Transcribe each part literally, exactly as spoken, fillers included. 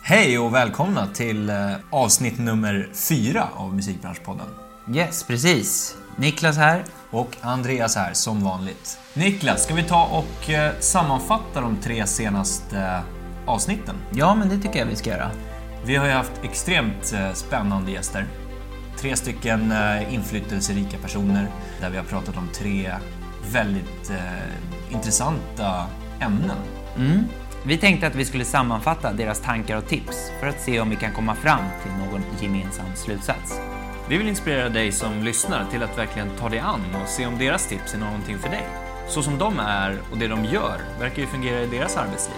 Hej och välkomna till avsnitt nummer fyra av Musikbranschpodden. Yes, precis. Niklas här. Och Andreas här, som vanligt. Niklas, ska vi ta och sammanfatta de tre senaste avsnitten? Ja, men det tycker jag vi ska göra. Vi har ju haft extremt spännande gäster. Tre stycken inflytelserika personer där vi har pratat om tre väldigt eh, intressanta ämnen. Mm. Vi tänkte att vi skulle sammanfatta deras tankar och tips för att se om vi kan komma fram till någon gemensam slutsats. Vi vill inspirera dig som lyssnar till att verkligen ta dig an och se om deras tips är någonting för dig. Så som de är och det de gör verkar ju fungera i deras arbetsliv.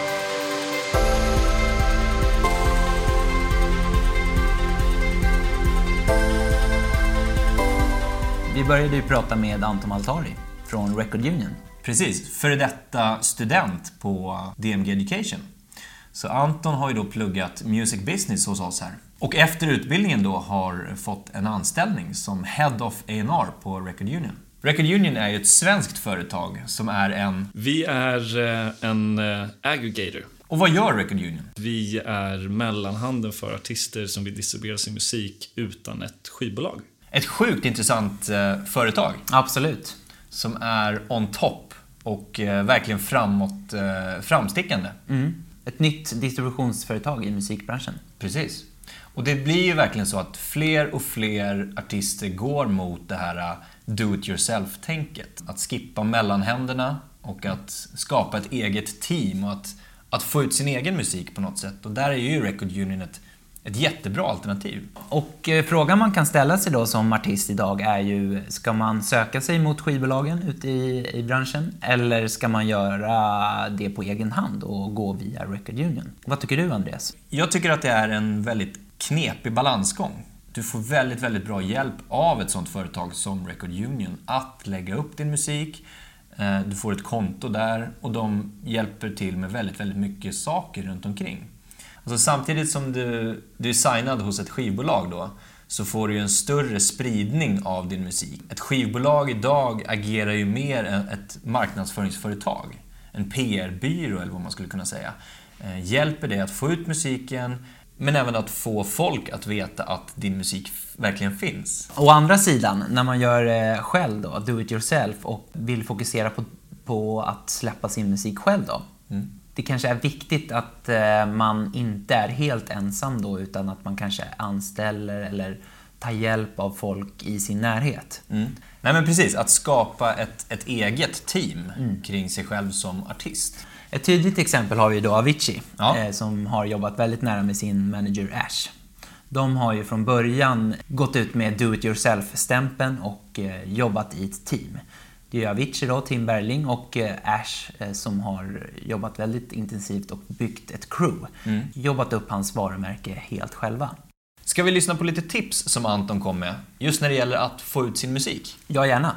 Vi började ju prata med Anton Altari från Record Union. Precis, för detta student på D M G Education. Så Anton har ju då pluggat Music Business hos oss här. Och efter utbildningen då har fått en anställning som Head of A and R på Record Union. Record Union är ju ett svenskt företag som är en... Vi är en aggregator. Och vad gör Record Union? Vi är mellanhanden för artister som vill distribuera sin musik utan ett skivbolag. Ett sjukt intressant eh, företag. Absolut. Som är on top och eh, verkligen framåt, eh, framstickande. Mm. Ett nytt distributionsföretag i musikbranschen. Precis. Och det blir ju verkligen så att fler och fler artister går mot det här do-it-yourself-tänket. Att skippa mellanhänderna och att skapa ett eget team och att, att få ut sin egen musik på något sätt. Och där är ju Record Union ett Ett jättebra alternativ. Och eh, frågan man kan ställa sig då som artist idag är ju, ska man söka sig mot skivbolagen ute i, i branschen eller ska man göra det på egen hand och gå via Record Union? Vad tycker du, Andreas? Jag tycker att det är en väldigt knepig balansgång. Du får väldigt, väldigt bra hjälp av ett sånt företag som Record Union att lägga upp din musik. Du får ett konto där och de hjälper till med väldigt, väldigt mycket saker runt omkring. Alltså samtidigt som du, du är signad hos ett skivbolag då, så får du ju en större spridning av din musik. Ett skivbolag idag agerar ju mer än ett marknadsföringsföretag. En P R-byrå eller vad man skulle kunna säga. Eh, hjälper dig att få ut musiken men även att få folk att veta att din musik verkligen finns. Å andra sidan, när man gör det själv då, do it yourself och vill fokusera på, på att släppa sin musik själv då. Mm. Det kanske är viktigt att man inte är helt ensam då utan att man kanske anställer eller tar hjälp av folk i sin närhet. Mm. Nej men precis, att skapa ett, ett eget team mm. kring sig själv som artist. Ett tydligt exempel har vi då Avicii ja. eh, som har jobbat väldigt nära med sin manager Ash. De har ju från början gått ut med do-it-yourself-stämpeln och eh, jobbat i ett team. Det är Avicii då, Tim Bergling och Ash som har jobbat väldigt intensivt och byggt ett crew. Mm. Jobbat upp hans varumärke helt själva. Ska vi lyssna på lite tips som Anton kom med just när det gäller att få ut sin musik? Ja, gärna.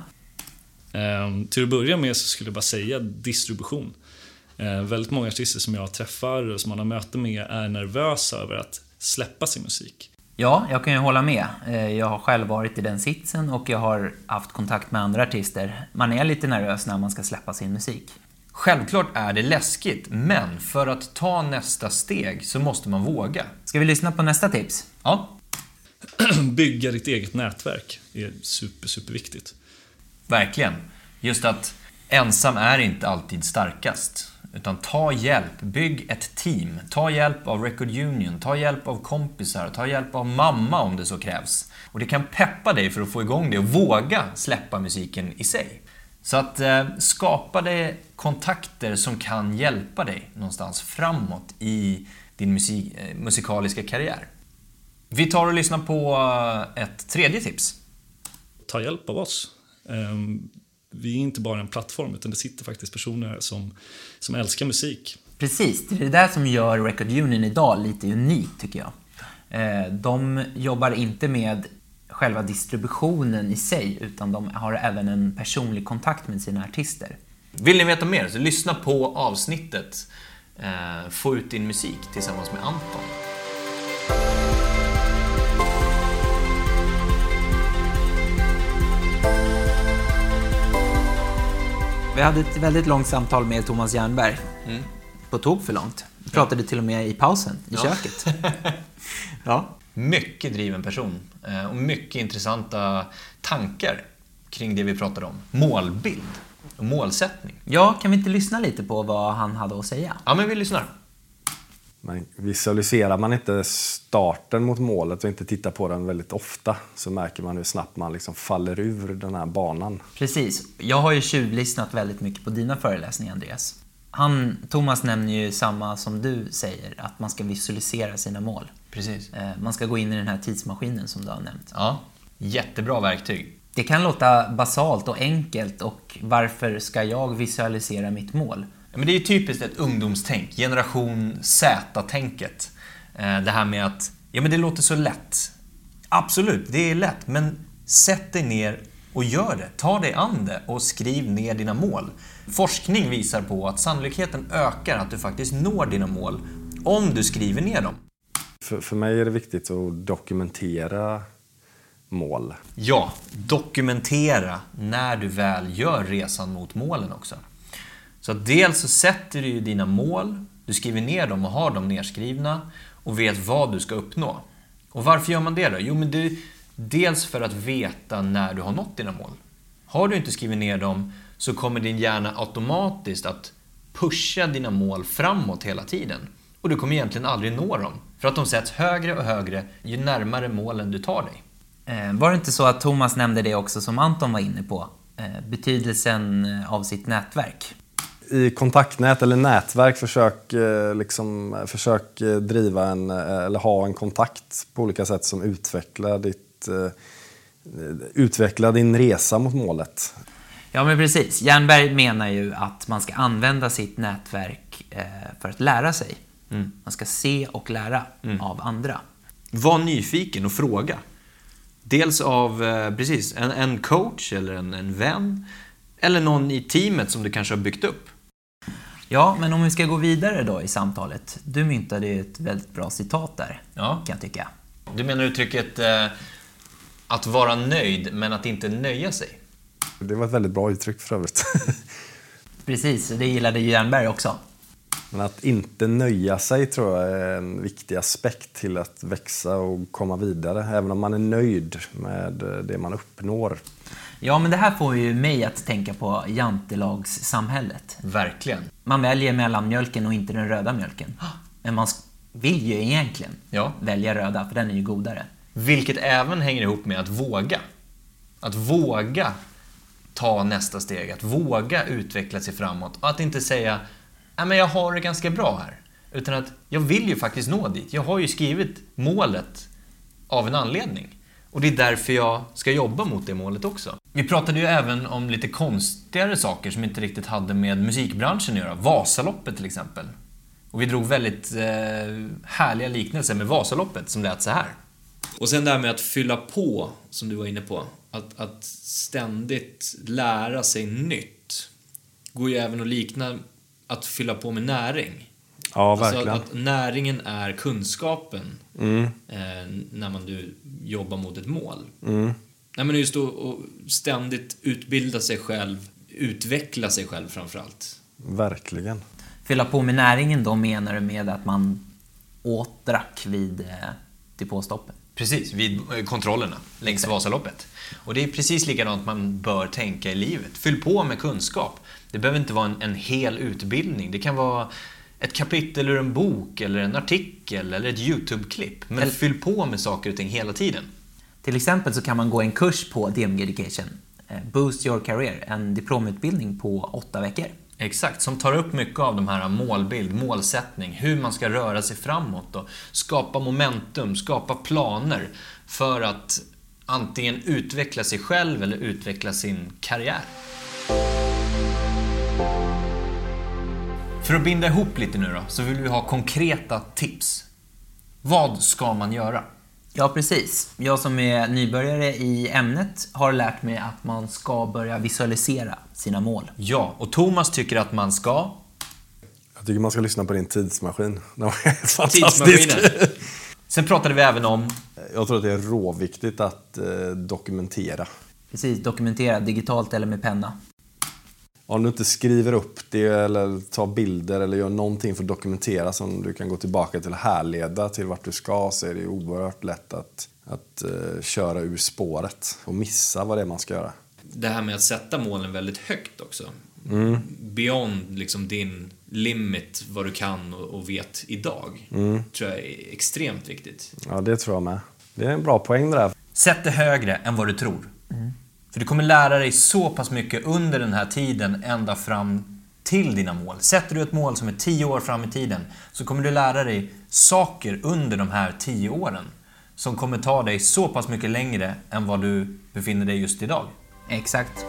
Um, till att börja med så skulle jag bara säga distribution. Uh, väldigt många artister som jag träffar och som man har möte med är nervösa över att släppa sin musik. Ja, jag kan ju hålla med. Jag har själv varit i den sitsen och jag har haft kontakt med andra artister. Man är lite nervös när man ska släppa sin musik. Självklart är det läskigt, men för att ta nästa steg så måste man våga. Ska vi lyssna på nästa tips? Ja. Bygga ditt eget nätverk är super, super viktigt. Verkligen. Just att ensam är inte alltid starkast. Utan ta hjälp, bygg ett team. Ta hjälp av Record Union, ta hjälp av kompisar, ta hjälp av mamma om det så krävs. Och det kan peppa dig för att få igång det och våga släppa musiken i sig. Så att eh, skapa dig kontakter som kan hjälpa dig någonstans framåt i din musik, eh, musikaliska karriär. Vi tar och lyssnar på ett tredje tips. Ta hjälp av oss. Um... Vi är inte bara en plattform utan det sitter faktiskt personer som, som älskar musik. Precis, det är det där som gör Record Union idag lite unikt tycker jag. De jobbar inte med själva distributionen i sig utan de har även en personlig kontakt med sina artister. Vill ni veta mer så lyssna på avsnittet Få ut din musik tillsammans med Anton. Vi hade ett väldigt långt samtal med Thomas Jernberg. Mm. På tok för långt. Du pratade till och med i pausen, i Ja. köket. Ja. Mycket driven person eh, och mycket intressanta tankar kring det vi pratade om. Målbild och målsättning. Ja, kan vi inte lyssna lite på vad han hade att säga? Ja, men vi lyssnar. Men visualiserar man inte starten mot målet och inte tittar på den väldigt ofta så märker man hur snabbt man liksom faller ur den här banan. Precis. Jag har ju tjuvlyssnat väldigt mycket på dina föreläsningar, Andreas. Han, Thomas nämner ju samma som du säger, att man ska visualisera sina mål. Precis. Eh, Man ska gå in i den här tidsmaskinen som du har nämnt. Ja, jättebra verktyg. Det kan låta basalt och enkelt, och varför ska jag visualisera mitt mål? Ja, men det är ju typiskt ett ungdomstänk, generation Z-tänket. Eh, Det här med att, ja men det låter så lätt. Absolut, det är lätt, men sätt dig ner och gör det. Ta dig an det och skriv ner dina mål. Forskning visar på att sannolikheten ökar att du faktiskt når dina mål om du skriver ner dem. För, för mig är det viktigt att dokumentera mål. Ja, dokumentera när du väl gör resan mot målen också. Så att dels så sätter du ju dina mål, du skriver ner dem och har dem nedskrivna och vet vad du ska uppnå. Och varför gör man det då? Jo, men du, dels för att veta när du har nått dina mål. Har du inte skrivit ner dem så kommer din hjärna automatiskt att pusha dina mål framåt hela tiden. Och du kommer egentligen aldrig nå dem. För att de sätts högre och högre ju närmare målen du tar dig. Eh, Var det inte så att Thomas nämnde det också som Anton var inne på? Eh, Betydelsen av sitt nätverk. I kontaktnät eller nätverk försök, eh, liksom, försök eh, driva en, eh, eller ha en kontakt på olika sätt som utvecklar, ditt, eh, utvecklar din resa mot målet. Ja, men precis. Jernberg menar ju att man ska använda sitt nätverk eh, för att lära sig. Mm. Man ska se och lära Mm. av andra. Var nyfiken och fråga. Dels av eh, precis, en, en coach eller en, en vän. Eller någon i teamet som du kanske har byggt upp. Ja, men om vi ska gå vidare då i samtalet. Du myntade ju ett väldigt bra citat där, Ja. kan jag tycka. Du menar uttrycket eh, att vara nöjd men att inte nöja sig. Det var ett väldigt bra uttryck för övrigt. Precis, det gillade ju Jernberg också. Men att inte nöja sig tror jag är en viktig aspekt till att växa och komma vidare. Även om man är nöjd med det man uppnår. Ja, men det här får ju mig att tänka på jantelagssamhället. Verkligen. Man väljer mellanmjölken och inte den röda mjölken. Men man vill ju egentligen Ja. välja röda, för den är ju godare. Vilket även hänger ihop med att våga. Att våga ta nästa steg. Att våga utveckla sig framåt. Och att inte säga, nej men jag har det ganska bra här. Utan att jag vill ju faktiskt nå dit. Jag har ju skrivit målet av en anledning. Och det är därför jag ska jobba mot det målet också. Vi pratade ju även om lite konstigare saker som inte riktigt hade med musikbranschen att göra. Vasaloppet till exempel. Och vi drog väldigt eh, härliga liknelser med Vasaloppet som lät så här. Och sen det här med att fylla på, som du var inne på. Att, att ständigt lära sig nytt. Går ju även att likna att fylla på med näring. Ja, Alltså verkligen. att, att näringen är kunskapen Mm. eh, när man du jobbar mot ett mål. Mm. Nej, men just att och ständigt utbilda sig själv, utveckla sig själv framförallt. Verkligen. Fylla på med näringen då menar du med att man åt drack vid eh, depåstoppen. Precis, vid eh, kontrollerna längs Vasaloppet. Och det är precis likadant man bör tänka i livet. Fyll på med kunskap. Det behöver inte vara en, en hel utbildning. Det kan vara ett kapitel ur en bok eller en artikel eller ett YouTube-klipp. Men Eller- fyll på med saker och ting hela tiden. Till exempel så kan man gå en kurs på D M G Education. eh, Boost Your Career, en diplomutbildning på åtta veckor. Exakt, som tar upp mycket av de här målbild, målsättning, hur man ska röra sig framåt och skapa momentum, skapa planer för att antingen utveckla sig själv eller utveckla sin karriär. För att binda ihop lite nu då, så vill vi ha konkreta tips. Vad ska man göra? Ja, precis. Jag som är nybörjare i ämnet har lärt mig att man ska börja visualisera sina mål. Ja, och Thomas tycker att man ska... Jag tycker man ska lyssna på din tidsmaskin. Den var helt fantastisk. Tidsmaskinen. Sen pratade vi även om... Jag tror att det är råviktigt att eh, dokumentera. Precis, dokumentera digitalt eller med penna. om du inte skriver upp det eller tar bilder eller gör någonting för att dokumentera som du kan gå tillbaka till och härleda till vart du ska, så är det oerhört lätt att, att uh, köra ur spåret och missa vad det är man ska göra. Det här med att sätta målen väldigt högt också. Mm. Beyond liksom din limit, vad du kan och, och vet idag. Mm. Tror jag är extremt viktigt. Ja, det tror jag med. Det är en bra poäng det där. Sätt det högre än vad du tror. Mm. För du kommer lära dig så pass mycket under den här tiden ända fram till dina mål. Sätter du ett mål som är tio år fram i tiden så kommer du lära dig saker under de här tio åren som kommer ta dig så pass mycket längre än vad du befinner dig just idag. Exakt.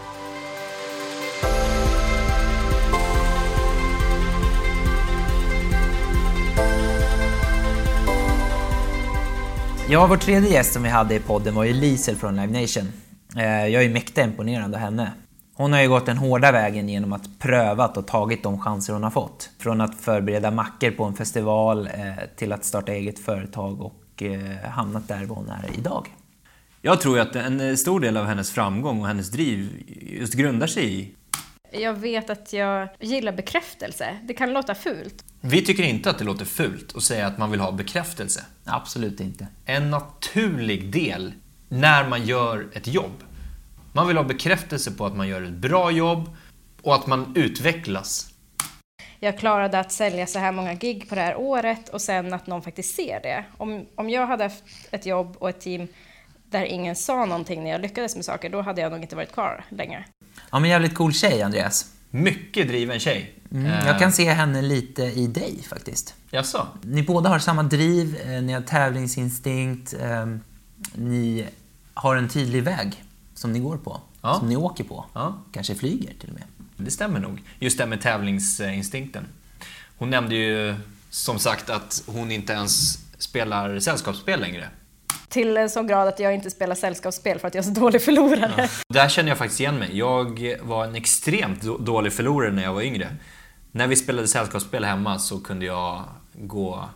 Ja, vår tredje gäst som vi hade i podden var ju Liesel från Live Nation. Jag är mäktigt imponerad av henne. Hon har ju gått den hårda vägen genom att prövat och tagit de chanser hon har fått. Från att förbereda mackor på en festival till att starta eget företag och hamnat där hon är idag. Jag tror att en stor del av hennes framgång och hennes driv just grundar sig i... Jag vet att jag gillar bekräftelse. Det kan låta fult. Vi tycker inte att det låter fult att säga att man vill ha bekräftelse. Absolut inte. En naturlig del när man gör ett jobb. Man vill ha bekräftelse på att man gör ett bra jobb och att man utvecklas. Jag klarade att sälja så här många gig på det här året och sen att någon faktiskt ser det. Om, om jag hade haft ett jobb och ett team där ingen sa någonting när jag lyckades med saker, då hade jag nog inte varit kvar längre. Ja, men jävligt cool tjej, Andreas. Mycket driven tjej. Mm, jag kan se henne lite i dig faktiskt. Jaså? Ni båda har samma driv, ni har tävlingsinstinkt, ni har en tydlig väg som ni går på, ja. som ni åker på. Ja. Kanske flyger till och med. Det stämmer nog. Just det med tävlingsinstinkten. Hon nämnde ju som sagt att hon inte ens spelar sällskapsspel längre. Till en sån grad att jag inte spelar sällskapsspel för att jag är så dålig förlorare. Ja. Där känner jag faktiskt igen mig. Jag var en extremt dålig förlorare när jag var yngre. När vi spelade sällskapsspel hemma så kunde jag gå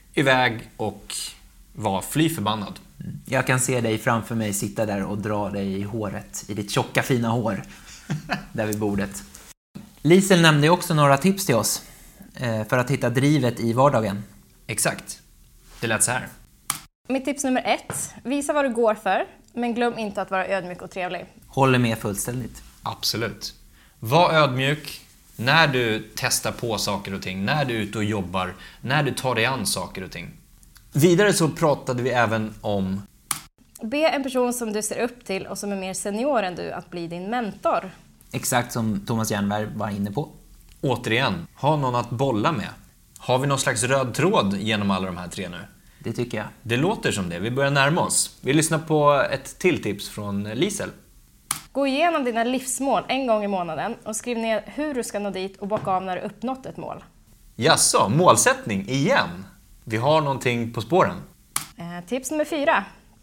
iväg och vara fly förbannad. Jag kan se dig framför mig sitta där och dra dig i håret, i ditt tjocka fina hår, där vid bordet. Liesel nämnde ju också några tips till oss för att hitta drivet i vardagen. Exakt. Det lät så här. Mitt tips nummer ett. Visa vad du går för, men glöm inte att vara ödmjuk och trevlig. Håller med fullständigt. Absolut. Var ödmjuk när du testar på saker och ting, när du är ute och jobbar, när du tar dig an saker och ting. Vidare så pratade vi även om... Be en person som du ser upp till och som är mer senior än du att bli din mentor. Exakt som Thomas Jernberg var inne på. Återigen, ha någon att bolla med. Har vi någon slags röd tråd genom alla de här tre nu? Det tycker jag. Det låter som det. Vi börjar närma oss. Vi lyssnar på ett till tips från Liesel. Gå igenom dina livsmål en gång i månaden och skriv ner hur du ska nå dit och bocka av när du uppnått ett mål. Jaså, målsättning igen. Vi har någonting på spåren. Eh, tips nummer fyra.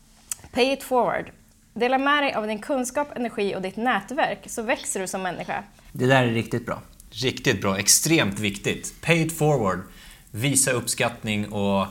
Pay it forward. Dela med dig av din kunskap, energi och ditt nätverk så växer du som människa. Det där är riktigt bra. Riktigt bra, extremt viktigt. Pay it forward. Visa uppskattning och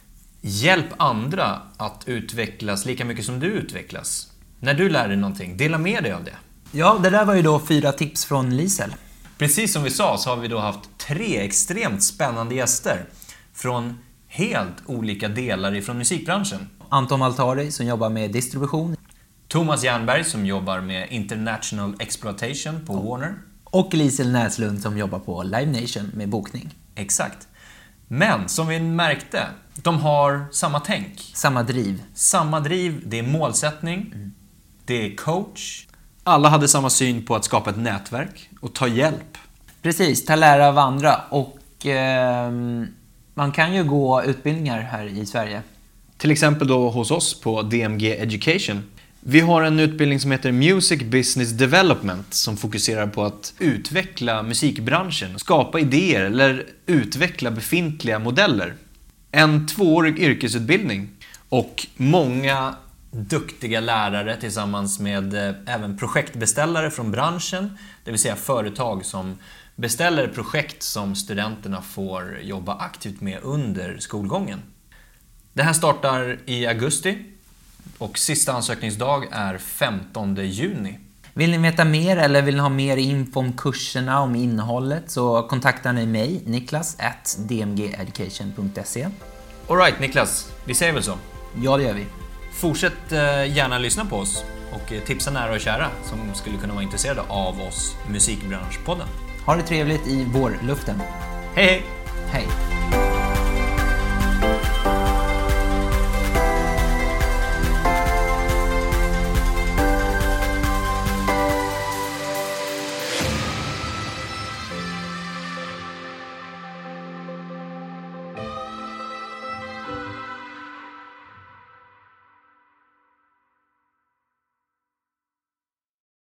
hjälp andra att utvecklas lika mycket som du utvecklas. När du lär dig någonting, dela med dig av det. Ja, det där var ju då fyra tips från Liesel. Precis som vi sa så har vi då haft tre extremt spännande gäster från helt olika delar ifrån musikbranschen. Anton Altari som jobbar med distribution. Thomas Jernberg som jobbar med International Exploitation på Warner. Och Liesel Näslund som jobbar på Live Nation med bokning. Exakt. Men som vi märkte, de har samma tänk. Samma driv. Samma driv, det är målsättning, mm. det är coach. Alla hade samma syn på att skapa ett nätverk och ta hjälp. Precis, ta lära av andra. Och eh, man kan ju gå utbildningar här i Sverige. Till exempel då hos oss på D M G Education. Vi har en utbildning som heter Music Business Development som fokuserar på att utveckla musikbranschen, skapa idéer eller utveckla befintliga modeller. En tvåårig yrkesutbildning och många duktiga lärare tillsammans med även projektbeställare från branschen, det vill säga företag som beställer projekt som studenterna får jobba aktivt med under skolgången. Det här startar i augusti och sista ansökningsdag är femtonde juni. Vill ni veta mer eller vill ni ha mer info om kurserna, om innehållet, så kontaktar ni mig, Niklas, at d m g education punkt se. All right, Niklas, vi säger väl så. Ja, det gör vi. Fortsätt eh, gärna lyssna på oss och eh, tipsa nära och kära som skulle kunna vara intresserade av oss Musikbranschpodden. Ha det trevligt i vårluften. Hej hej! Hej!